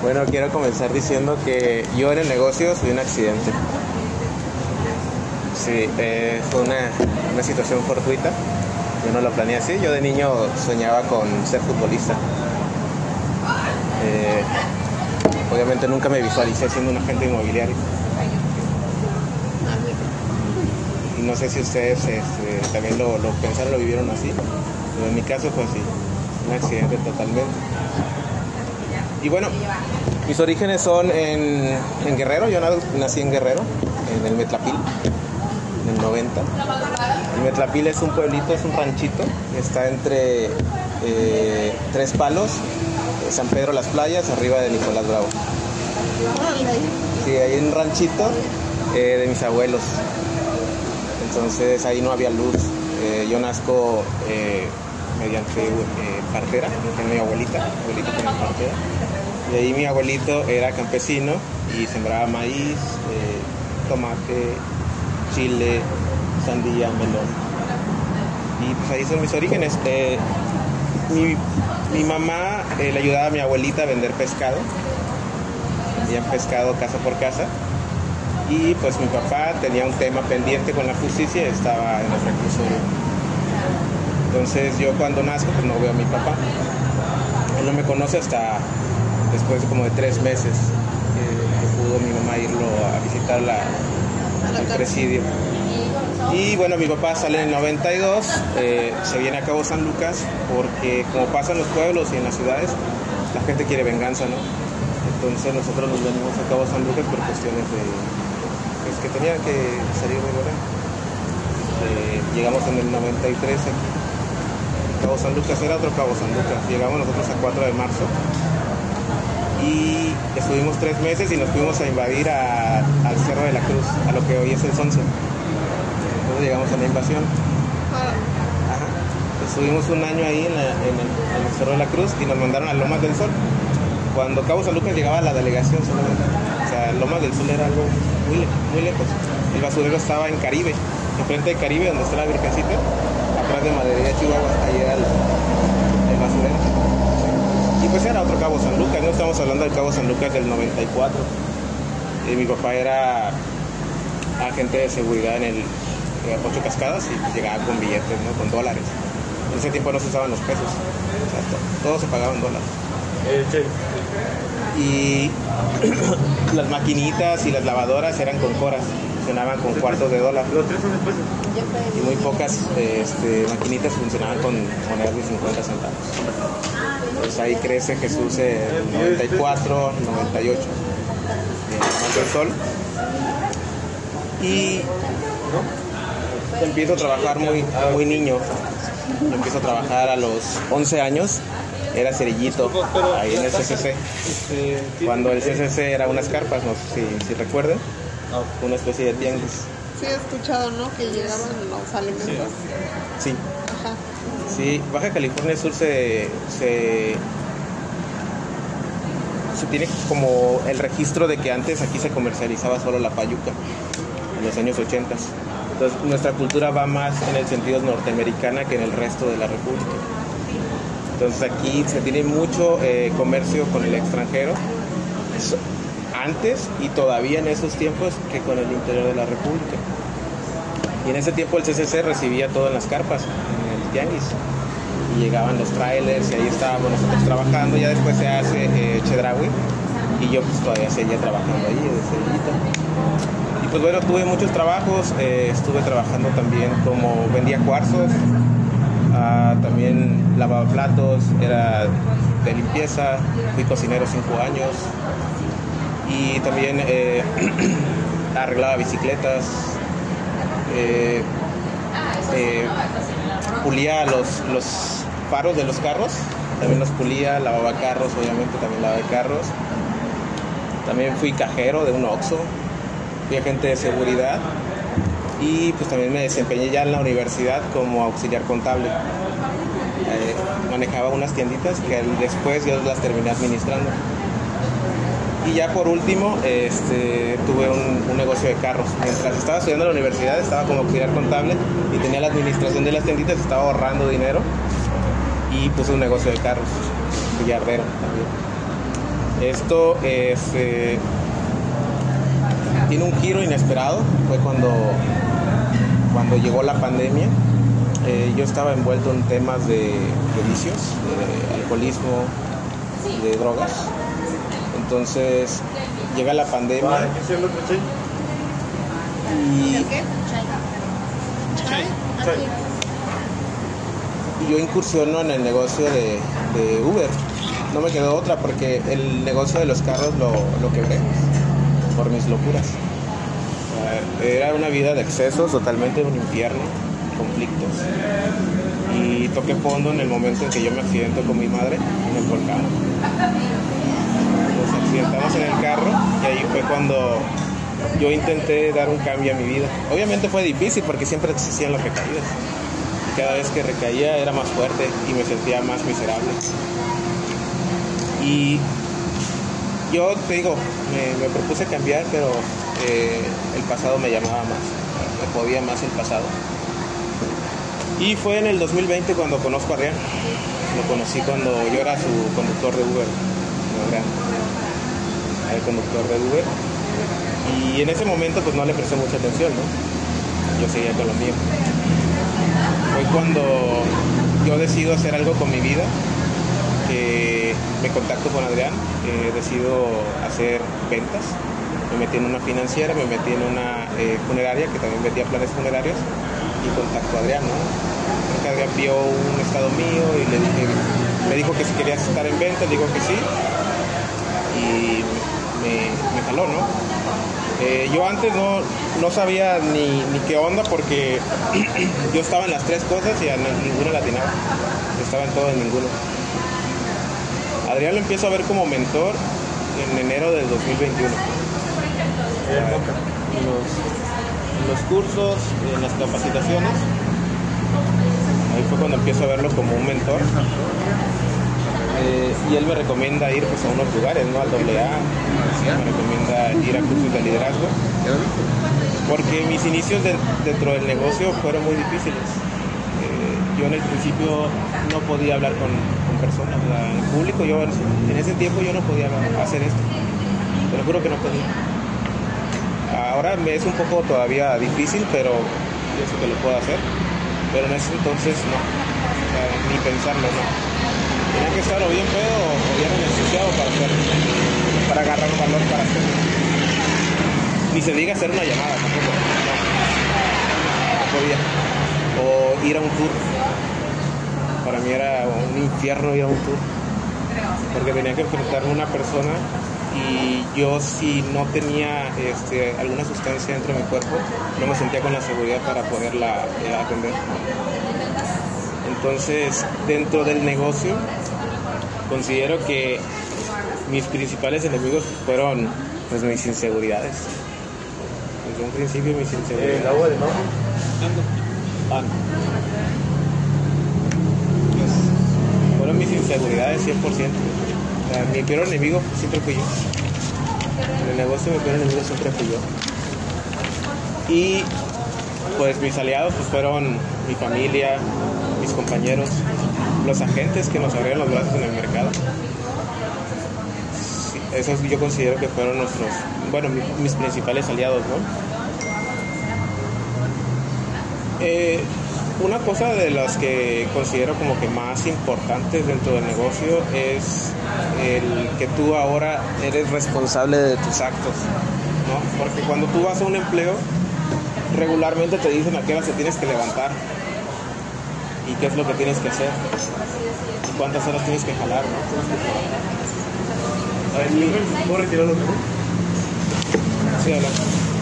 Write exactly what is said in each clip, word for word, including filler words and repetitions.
Bueno, quiero comenzar diciendo que yo en el negocio soy un accidente. Sí, eh, fue una, una situación fortuita. Yo no lo planeé así. Yo de niño soñaba con ser futbolista. Eh, obviamente nunca me visualicé siendo un agente inmobiliario. Y no sé si ustedes este, también lo, lo pensaron, lo vivieron así. Pero en mi caso fue así. Un accidente totalmente. Y bueno, mis orígenes son en, en Guerrero. Yo nací en Guerrero, en el Metlapil, en el noventa. El Metlapil es un pueblito, es un ranchito. Está entre eh, Tres Palos, San Pedro Las Playas, arriba de Nicolás Bravo. Sí, hay un ranchito eh, de mis abuelos. Entonces ahí no había luz. Eh, yo nazco eh, mediante eh, partera, con mi abuelita, abuelita tenía partera. Y ahí mi abuelito era campesino y sembraba maíz, eh, tomate, chile, sandía, melón. Y pues ahí son mis orígenes. Eh, mi, mi mamá eh, le ayudaba a mi abuelita a vender pescado. Vendían pescado casa por casa. Y pues mi papá tenía un tema pendiente con la justicia y estaba en el reclusorio. Entonces yo cuando nazco pues no veo a mi papá. Él no me conoce hasta después de como de tres meses eh, que pudo mi mamá irlo a visitar la, al presidio. Y bueno, mi papá sale en el noventa y dos, eh, se viene a Cabo San Lucas porque como pasa en los pueblos y en las ciudades, la gente quiere venganza, ¿no? Entonces nosotros nos venimos a Cabo San Lucas por cuestiones de pues, que tenían que salir de Moreno. Eh, llegamos en el noventa y tres aquí. Cabo San Lucas era otro Cabo San Lucas. Llegamos nosotros a cuatro de marzo. Y estuvimos tres meses y nos fuimos a invadir a, al Cerro de la Cruz, a lo que hoy es el Sonce. Entonces llegamos a la invasión. Ajá. Estuvimos un año ahí en, la, en, el, en el Cerro de la Cruz y nos mandaron a Lomas del Sol. Cuando Cabo San Lucas llegaba a la delegación solamente. O sea, Lomas del Sol era algo muy, muy lejos. El basurero estaba en Caribe, enfrente de Caribe, donde está la Virgencita, atrás de Maderería, Chihuahua, ahí era el, el basurero. Y pues era otro Cabo San Lucas, no estamos hablando del Cabo San Lucas del noventa y cuatro. Eh, mi papá era agente de seguridad en el eh, Ocho Cascadas y pues llegaba con billetes, ¿no? Con dólares. En ese tiempo no se usaban los pesos, o sea, to- todo se pagaba en dólares. Eh, sí. Y las maquinitas y las lavadoras eran con coras, funcionaban con cuartos de dólar. Los tres son después. Y muy pocas este, maquinitas funcionaban con monedas de cincuenta centavos. Pues ahí crece Jesús en el noventa y cuatro, noventa y ocho, en Lomas del Sol. Y empiezo a trabajar muy, muy niño. Yo empiezo a trabajar a los once años. Era cerillito ahí en el C C C. Cuando el C C C era unas carpas, no sé si, si recuerden, una especie de tianguis. Sí, he escuchado, ¿no? Que llegaban los alimentos. Sí. Ajá. Sí, Baja California Sur se, se, se tiene como el registro de que antes aquí se comercializaba solo la payuca, en los años ochenta. Entonces nuestra cultura va más en el sentido norteamericana que en el resto de la república. Entonces aquí se tiene mucho eh, comercio con el extranjero, antes y todavía en esos tiempos que con el interior de la república. Y en ese tiempo el C C C recibía todo en las carpas, en el tianguis. Y llegaban los trailers y ahí estábamos nosotros trabajando. Ya después se hace eh, Chedraui y yo pues todavía seguía trabajando ahí de cerillito. Y pues bueno, tuve muchos trabajos. Eh, estuve trabajando también como vendía cuarzos. Uh, también lavaba platos, era de limpieza, fui cocinero cinco años y también eh, arreglaba bicicletas, eh, eh, pulía los, los faros de los carros, también los pulía, lavaba carros, obviamente también lavaba carros, también fui cajero de un Oxxo, fui agente de seguridad. Y pues también me desempeñé ya en la universidad como auxiliar contable. Eh, manejaba unas tienditas que después yo las terminé administrando. Y ya por último este, tuve un, un negocio de carros. Mientras estaba estudiando en la universidad estaba como auxiliar contable y tenía la administración de las tienditas, estaba ahorrando dinero y puse un negocio de carros, billardero también. Esto es, eh, tiene un giro inesperado. Fue cuando, cuando llegó la pandemia. Eh, yo estaba envuelto en temas de, de vicios, de alcoholismo, de drogas. Entonces llega la pandemia y, y yo incursiono en el negocio de, de Uber. No me quedó otra porque el negocio de los carros lo, lo quebré por mis locuras. Era una vida de excesos, totalmente un infierno, conflictos. Y toqué fondo en el momento en que yo me accidento con mi madre en el volcán. Nos accidentamos en el carro y ahí fue cuando yo intenté dar un cambio a mi vida. Obviamente fue difícil porque siempre existían las recaídas. Y cada vez que recaía era más fuerte y me sentía más miserable. Y yo te digo, me, me propuse cambiar, pero eh, el pasado me llamaba más, me podía más el pasado. Y fue en el dos mil veinte cuando conozco a Adrián. Lo conocí cuando yo era su conductor de Uber, Adrián, el conductor de Uber. Y en ese momento pues no le presté mucha atención, ¿no? Yo seguía con lo mío. Fue cuando yo decido hacer algo con mi vida, que me contacto con Adrián, eh, decido hacer ventas. Me metí en una financiera, me metí en una eh, funeraria que también vendía planes funerarios y contacto a Adrián, ¿no? Creo que Adrián vio un estado mío y le dije, me dijo que si quería estar en ventas, digo que sí y me, me jaló, ¿no? Eh, yo antes no, no sabía ni, ni qué onda porque yo estaba en las tres cosas y a ninguna la atinaba. Estaba en todo en ninguno. Adrián lo empiezo a ver como mentor en enero del dos mil veintiuno. En los, en los cursos, en las capacitaciones. Ahí fue cuando empiezo a verlo como un mentor. Eh, y él me recomienda ir pues, a unos lugares, ¿no? Al doble A, me recomienda ir a cursos de liderazgo, porque mis inicios de, dentro del negocio fueron muy difíciles. Eh, yo en el principio no podía hablar con, con personas, o sea, en público. Yo en ese tiempo yo no podía hacer esto, te lo juro que no podía. Ahora me es un poco todavía difícil, pero pienso que lo puedo hacer, pero en ese entonces no, o sea, ni pensarlo, no. Tenía que estar o bien pedo o bien anestesiado para hacerlo, para agarrar un valor para hacerlo. Ni se diga hacer una llamada tampoco, no, no podía. O ir a un tour. Para mí era un infierno ir a un tour, porque tenía que enfrentarme a una persona y yo si no tenía este, alguna sustancia dentro de mi cuerpo, no me sentía con la seguridad para poderla eh, atender. Entonces, dentro del negocio, considero que mis principales enemigos fueron pues, mis inseguridades. Desde un principio mis inseguridades. ¿El agua de mano? Ah, no. Pues, fueron mis inseguridades cien por ciento. O sea, mi peor enemigo siempre fui yo. En el negocio mi peor enemigo siempre fui yo. Y pues mis aliados pues, fueron mi familia, mis compañeros, los agentes que nos abrieron los brazos en el mercado. Sí, esos yo considero que fueron nuestros, bueno, mi, mis principales aliados, ¿no? Eh, una cosa de las que considero como que más importantes dentro del negocio es el que tú ahora eres responsable de tus actos, ¿no? Porque cuando tú vas a un empleo, regularmente te dicen a qué hora se tienes que levantar y qué es lo que tienes que hacer y cuántas horas tienes que jalar, ¿no? A ver, ¿puedo retirarlo? Sí, habla.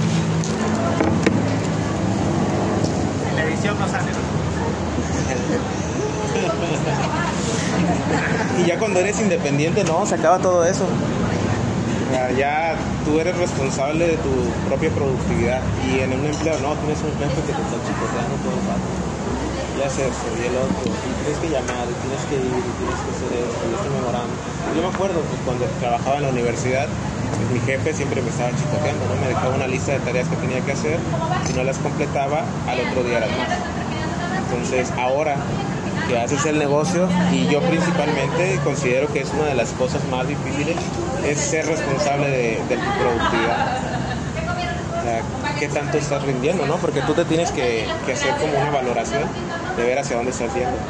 En la edición no sale, ¿no? Y ya cuando eres independiente, no, se acaba todo eso. O sea, ya tú eres responsable de tu propia productividad y en un empleo no, tienes un jefe que te está chicoteando todo el rato. Y hace eso y el otro, y tienes que llamar, y tienes que ir, y tienes que hacer esto, y estoy memorando. Yo me acuerdo pues, cuando trabajaba en la universidad, pues, mi jefe siempre me estaba chicoteando, ¿no? Me dejaba una lista de tareas que tenía que hacer, si no las completaba, al otro día eran más. Entonces ahora que haces el negocio, y yo principalmente considero que es una de las cosas más difíciles, es ser responsable de, de tu productividad. O sea, qué tanto estás rindiendo, ¿no? Porque tú te tienes que, que hacer como una valoración de ver hacia dónde estás yendo.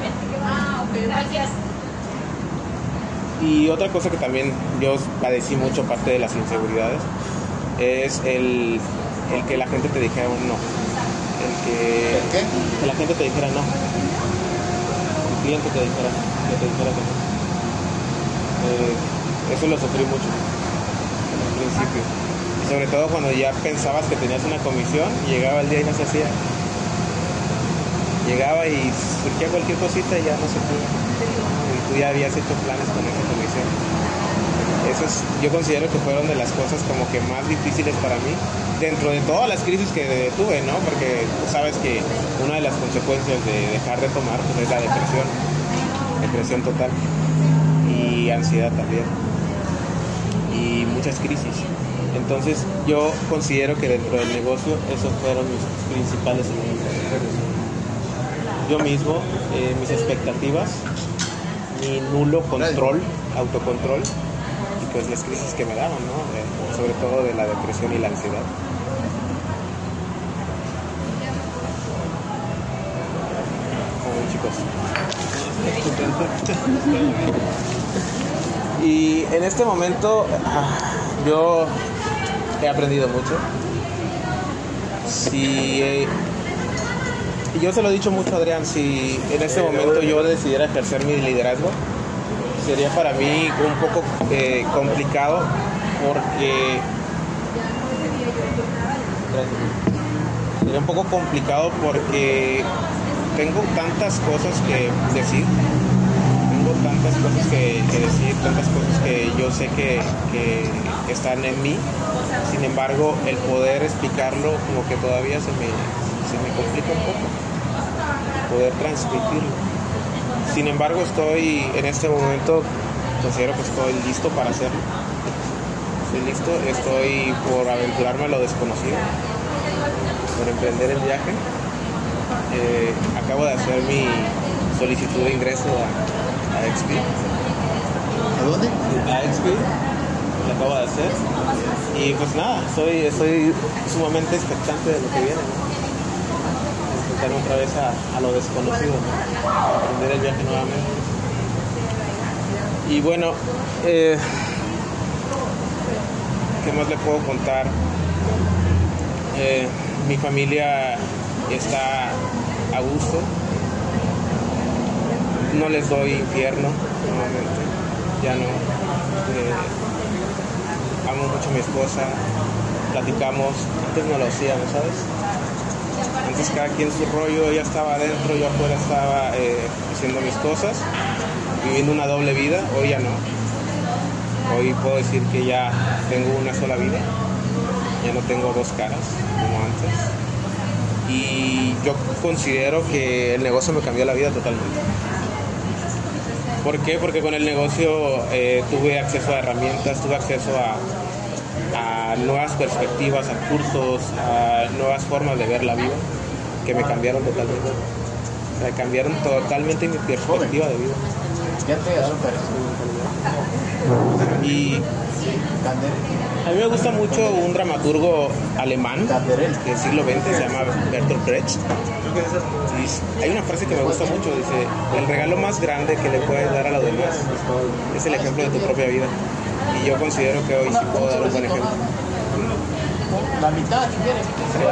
Y otra cosa que también yo padecí mucho, parte de las inseguridades, es el, el que la gente te dijera un no. El que, ¿El qué? que la gente te dijera no. El cliente te dijera, que te dijera que no. Eh, eso lo sufrí mucho al principio. Y sobre todo cuando ya pensabas que tenías una comisión y llegaba el día y no se hacía. Llegaba y surgía cualquier cosita y ya no se pudo. Y tú ya habías hecho planes con esa comisión. Eso es, yo considero que fueron de las cosas como que más difíciles para mí, dentro de todas las crisis que tuve, ¿no? Porque tú sabes que una de las consecuencias de dejar de tomar pues, es la depresión, depresión total, y ansiedad también, y muchas crisis. Entonces yo considero que dentro del negocio esos fueron mis principales enemigos. Yo mismo, eh, mis expectativas, mi nulo control, autocontrol, y pues las crisis que me daban, ¿no? De, sobre todo de la depresión y la ansiedad. Como ven, chicos. Y en este momento yo he aprendido mucho. Si eh, yo se lo he dicho mucho a Adrián, si en este momento yo decidiera ejercer mi liderazgo, sería para mí un poco eh, complicado, porque sería un poco complicado porque tengo tantas cosas que decir, tengo tantas cosas que, que decir, tantas cosas que yo sé que, que están en mí. Sin embargo, el poder explicarlo como que todavía se me, se me complica un poco, poder transmitirlo. Sin embargo, estoy en este momento, considero que estoy listo para hacerlo. Estoy listo, estoy por aventurarme a lo desconocido, por emprender el viaje. Eh, acabo de hacer mi solicitud de ingreso a, a X P. ¿A dónde? A X P, lo acabo de hacer. Y pues nada, estoy, estoy sumamente expectante de lo que viene, ¿no? Otra vez a, a lo desconocido, ¿no? A aprender el viaje nuevamente. Y bueno, eh, ¿qué más le puedo contar? Eh, mi familia está a gusto, no les doy infierno nuevamente, ya no. Eh, amo mucho a mi esposa, platicamos, antes no lo hacíamos, ¿sabes? Antes cada quien su rollo, ella estaba adentro, yo afuera estaba eh, haciendo mis cosas, viviendo una doble vida. Hoy ya no. Hoy puedo decir que ya tengo una sola vida, ya no tengo dos caras como antes. Y yo considero que el negocio me cambió la vida totalmente. ¿Por qué? Porque con el negocio eh, tuve acceso a herramientas, tuve acceso a... a nuevas perspectivas, a cursos, a nuevas formas de ver la vida que me cambiaron totalmente. Me cambiaron totalmente mi perspectiva de vida. Ya te superas. Y a mí me gusta mucho un dramaturgo alemán del siglo veinte, se llama Bertolt Brecht. Y hay una frase que me gusta mucho, dice: el regalo más grande que le puedes dar a los demás es el ejemplo de tu propia vida. Y yo considero que hoy sí puedo dar un buen ejemplo. La mitad, si quieres.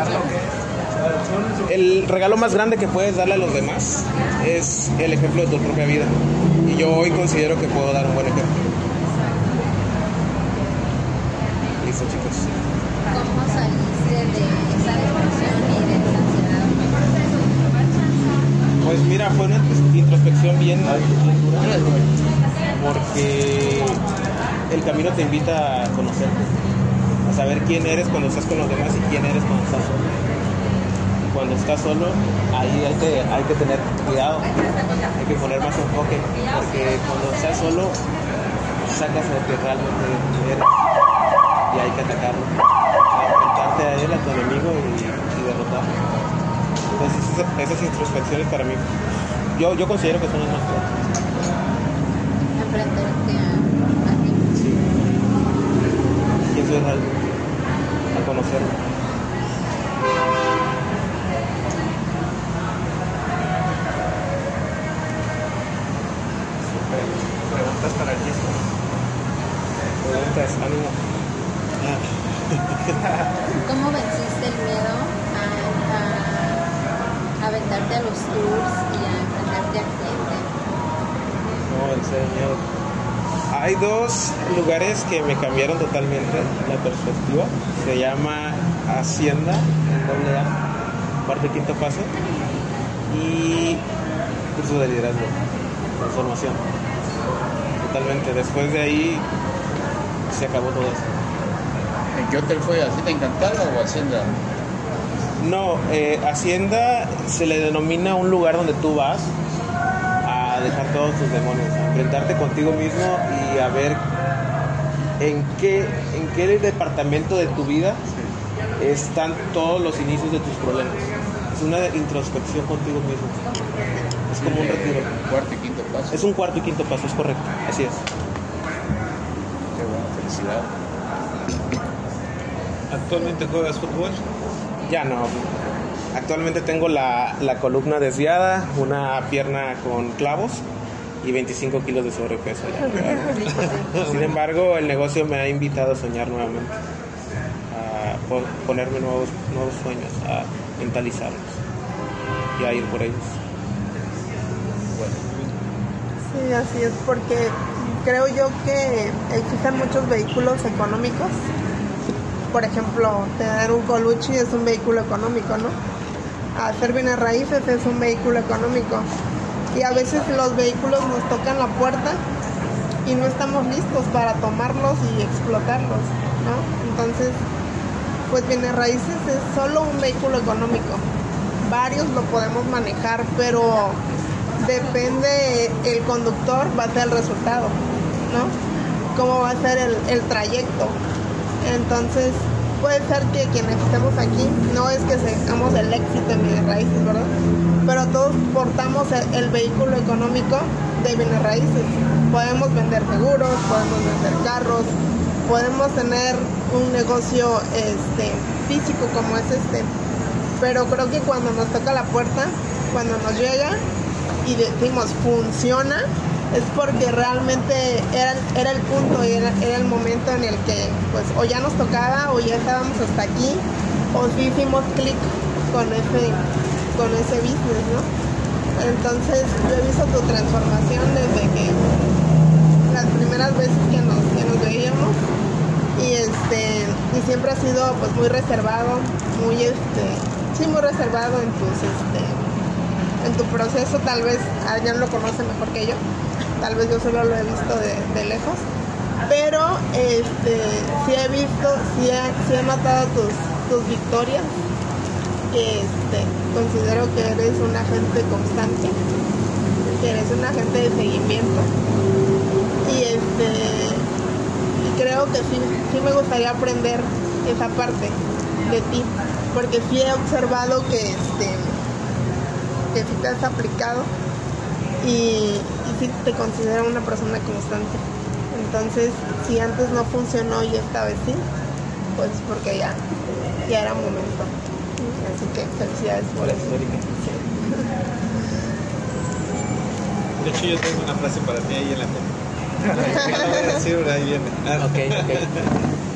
El regalo más grande que puedes darle a los demás es el ejemplo de tu propia vida. Y yo hoy considero que puedo dar un buen ejemplo. Listo, chicos. ¿Cómo saliste de esa depresión y de esa ansiedad? Pues mira, fue una introspección bien, bien dura, porque el camino te invita a conocerte, a saber quién eres cuando estás con los demás y quién eres cuando estás solo. Y cuando estás solo, ahí hay que, hay que tener cuidado, hay que poner más enfoque, porque cuando estás solo, sacas lo que realmente eres y hay que atacarlo, enfrentarte a él, a tu enemigo y, y derrotarlo. Entonces esas, esas introspecciones para mí yo, yo considero que son los más fuertes. Enfrentarte a, a ti. Sí. Y eso es algo a conocerlo. Preguntas para el disco. Preguntas, ánimo. ¿Cómo venciste el miedo a, a, a aventarte a los tours y a enfrentarte al cliente? No, en serio. Hay dos lugares que me cambiaron totalmente la perspectiva. Se llama Hacienda, en doble A, parte quinto paso, y curso de liderazgo, transformación. Totalmente. Después de ahí se acabó todo eso. ¿En qué hotel fue? ¿Hacienda Encantada o Hacienda? No, eh, Hacienda se le denomina un lugar donde tú vas a dejar todos tus demonios, a enfrentarte contigo mismo y a ver en qué, en qué departamento de tu vida están todos los inicios de tus problemas. Es una introspección contigo mismo. Es como un retiro. Cuarto y quinto paso. Es un cuarto y quinto paso, es correcto. Así es. Qué buena felicidad. ¿Actualmente juegas fútbol? Ya no. Actualmente tengo la, la columna desviada, una pierna con clavos y veinticinco kilos de sobrepeso. Ya. Sin embargo, el negocio me ha invitado a soñar nuevamente, a po- ponerme nuevos, nuevos sueños, a mentalizarlos y a ir por ellos. Sí, así es, porque creo yo que existen muchos vehículos económicos. Por ejemplo, tener un Colucci es un vehículo económico, ¿no? Hacer bienes raíces es un vehículo económico. Y a veces los vehículos nos tocan la puerta y no estamos listos para tomarlos y explotarlos, ¿no? Entonces, pues bienes raíces es solo un vehículo económico. Varios lo podemos manejar, pero depende el conductor, va a ser el resultado, ¿no? Cómo va a ser el, el trayecto. Entonces, puede ser que quienes estemos aquí, no es que seamos el éxito en bienes raíces, ¿verdad? Pero todos portamos el, el vehículo económico de bienes raíces. Podemos vender seguros, podemos vender carros, podemos tener un negocio este, físico como es este. Pero creo que cuando nos toca la puerta, cuando nos llega y decimos funciona, es porque realmente era, era el punto y era, era el momento en el que pues o ya nos tocaba o ya estábamos hasta aquí o sí hicimos clic con ese, con ese business, ¿no? Entonces yo he visto tu transformación desde que las primeras veces que nos, que nos veíamos y este y siempre has sido pues muy reservado, muy este sí muy reservado en tus este en tu proceso. Tal vez Adrián lo conoce mejor que yo, tal vez yo solo lo he visto de, de lejos, pero este sí he visto, sí he, sí he notado tus, tus victorias, que este, considero que eres un agente constante, que eres un agente de seguimiento y este y creo que sí, sí me gustaría aprender esa parte de ti, porque sí he observado que este que sí te has aplicado y, y sí te considero una persona constante. Entonces, si antes no funcionó y esta vez sí, pues porque ya, ya era momento. Así que felicidades por eso. De hecho, yo tengo una frase para ti ahí en la foto. La voy a decir, ahí viene. Ah, Ok, ok.